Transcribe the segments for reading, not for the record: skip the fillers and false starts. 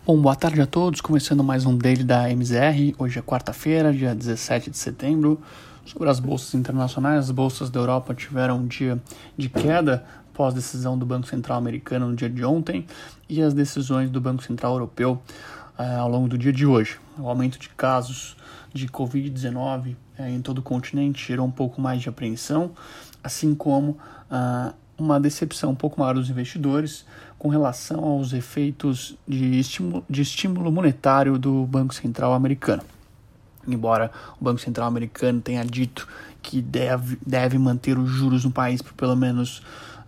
Bom, boa tarde a todos, começando mais um Daily da MZR, hoje é quarta-feira, dia 17 de setembro. Sobre as bolsas internacionais, as bolsas da Europa tiveram um dia de queda após a decisão do Banco Central americano no dia de ontem e as decisões do Banco Central europeu ao longo do dia de hoje. O aumento de casos de Covid-19 em todo o continente gerou um pouco mais de apreensão, assim como uma decepção um pouco maior dos investidores com relação aos efeitos de estímulo monetário do Banco Central americano. Embora o Banco Central americano tenha dito que deve manter os juros no país por pelo menos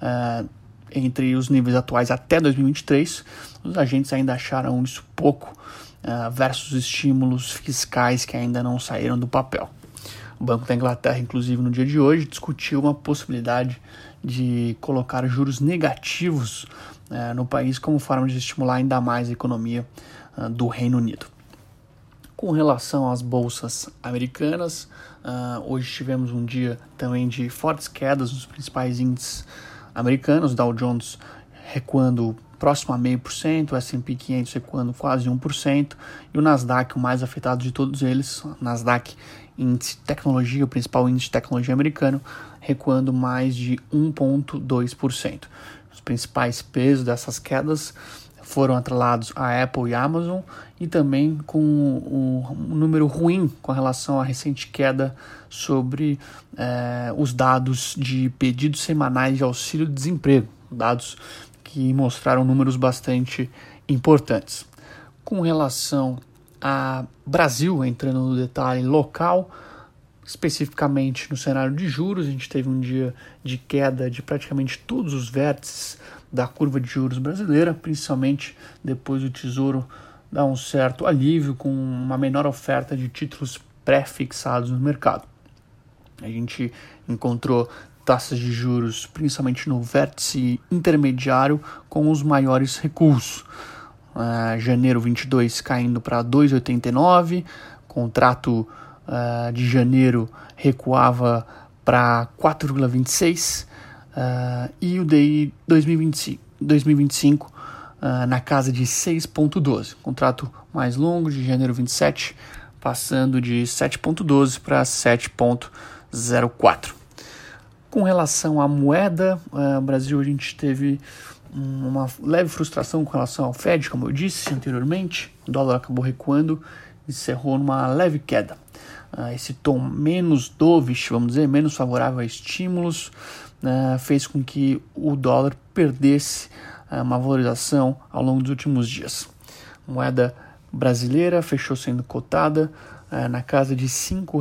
entre os níveis atuais até 2023, os agentes ainda acharam isso pouco versus estímulos fiscais que ainda não saíram do papel. O Banco da Inglaterra, inclusive, no dia de hoje, discutiu uma possibilidade de colocar juros negativos no país como forma de estimular ainda mais a economia do Reino Unido. Com relação às bolsas americanas, hoje tivemos um dia também de fortes quedas nos principais índices americanos, Dow Jones recuando próximo a 0,5%, o S&P 500 recuando quase 1%, e o Nasdaq, o mais afetado de todos eles, o Nasdaq índice de tecnologia, o principal índice de tecnologia americano, recuando mais de 1,2%. Os principais pesos dessas quedas foram atrelados a Apple e Amazon e também com um número ruim com relação à recente queda sobre os dados de pedidos semanais de auxílio-desemprego, dados que mostraram números bastante importantes. Com relação a Brasil, entrando no detalhe local, especificamente no cenário de juros, a gente teve um dia de queda de praticamente todos os vértices da curva de juros brasileira, principalmente depois do Tesouro dar um certo alívio com uma menor oferta de títulos pré-fixados no mercado. A gente encontrou taxas de juros, principalmente no vértice intermediário, com os maiores recuos. Janeiro 22 caindo para 2,89, contrato de janeiro recuava para 4,26 e o DI 2025 na casa de 6,12. Contrato mais longo de janeiro 27 passando de 7,12 para 7,04. Com relação à moeda, no Brasil a gente teve uma leve frustração com relação ao Fed, como eu disse anteriormente. O dólar acabou recuando e encerrou numa leve queda. Esse tom menos dovish, vamos dizer, menos favorável a estímulos, fez com que o dólar perdesse uma valorização ao longo dos últimos dias. A moeda brasileira fechou sendo cotada na casa de R$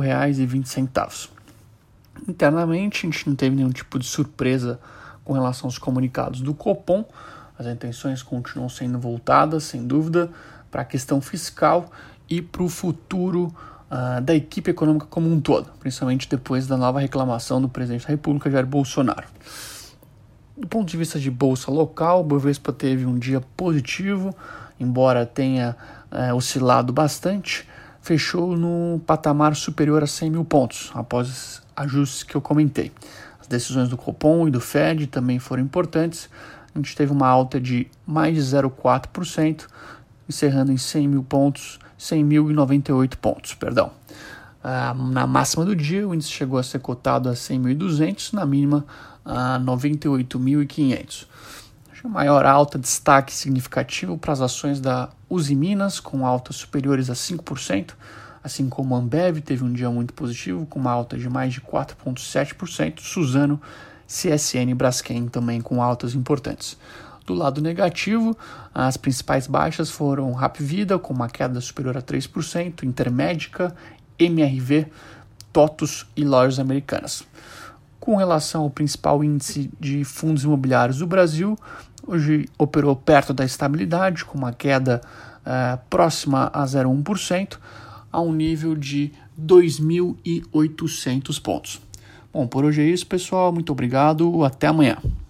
5,20. Internamente, a gente não teve nenhum tipo de surpresa com relação aos comunicados do Copom. As intenções continuam sendo voltadas, sem dúvida, para a questão fiscal e para o futuro da equipe econômica como um todo, principalmente depois da nova reclamação do presidente da República, Jair Bolsonaro. Do ponto de vista de bolsa local, o Bovespa teve um dia positivo, embora tenha oscilado bastante, fechou no patamar superior a 100 mil pontos, após ajustes que eu comentei. As decisões do Copom e do Fed também foram importantes. A gente teve uma alta de mais de 0,4%, encerrando em 100 mil pontos, 100.098 pontos, perdão. Na máxima do dia, o índice chegou a ser cotado a 100.200, na mínima a 98.500. A maior alta, destaque significativo para as ações da Uzi Minas, com altas superiores a 5%, assim como a Ambev teve um dia muito positivo, com uma alta de mais de 4,7%, Suzano, CSN e Braskem também com altas importantes. Do lado negativo, as principais baixas foram Hapvida, com uma queda superior a 3%, Intermédica, MRV, TOTUS e Lojas Americanas. Com relação ao principal índice de fundos imobiliários do Brasil, hoje operou perto da estabilidade, com uma queda próxima a 0,1%, a um nível de 2.800 pontos. Bom, por hoje é isso, pessoal. Muito obrigado. Até amanhã.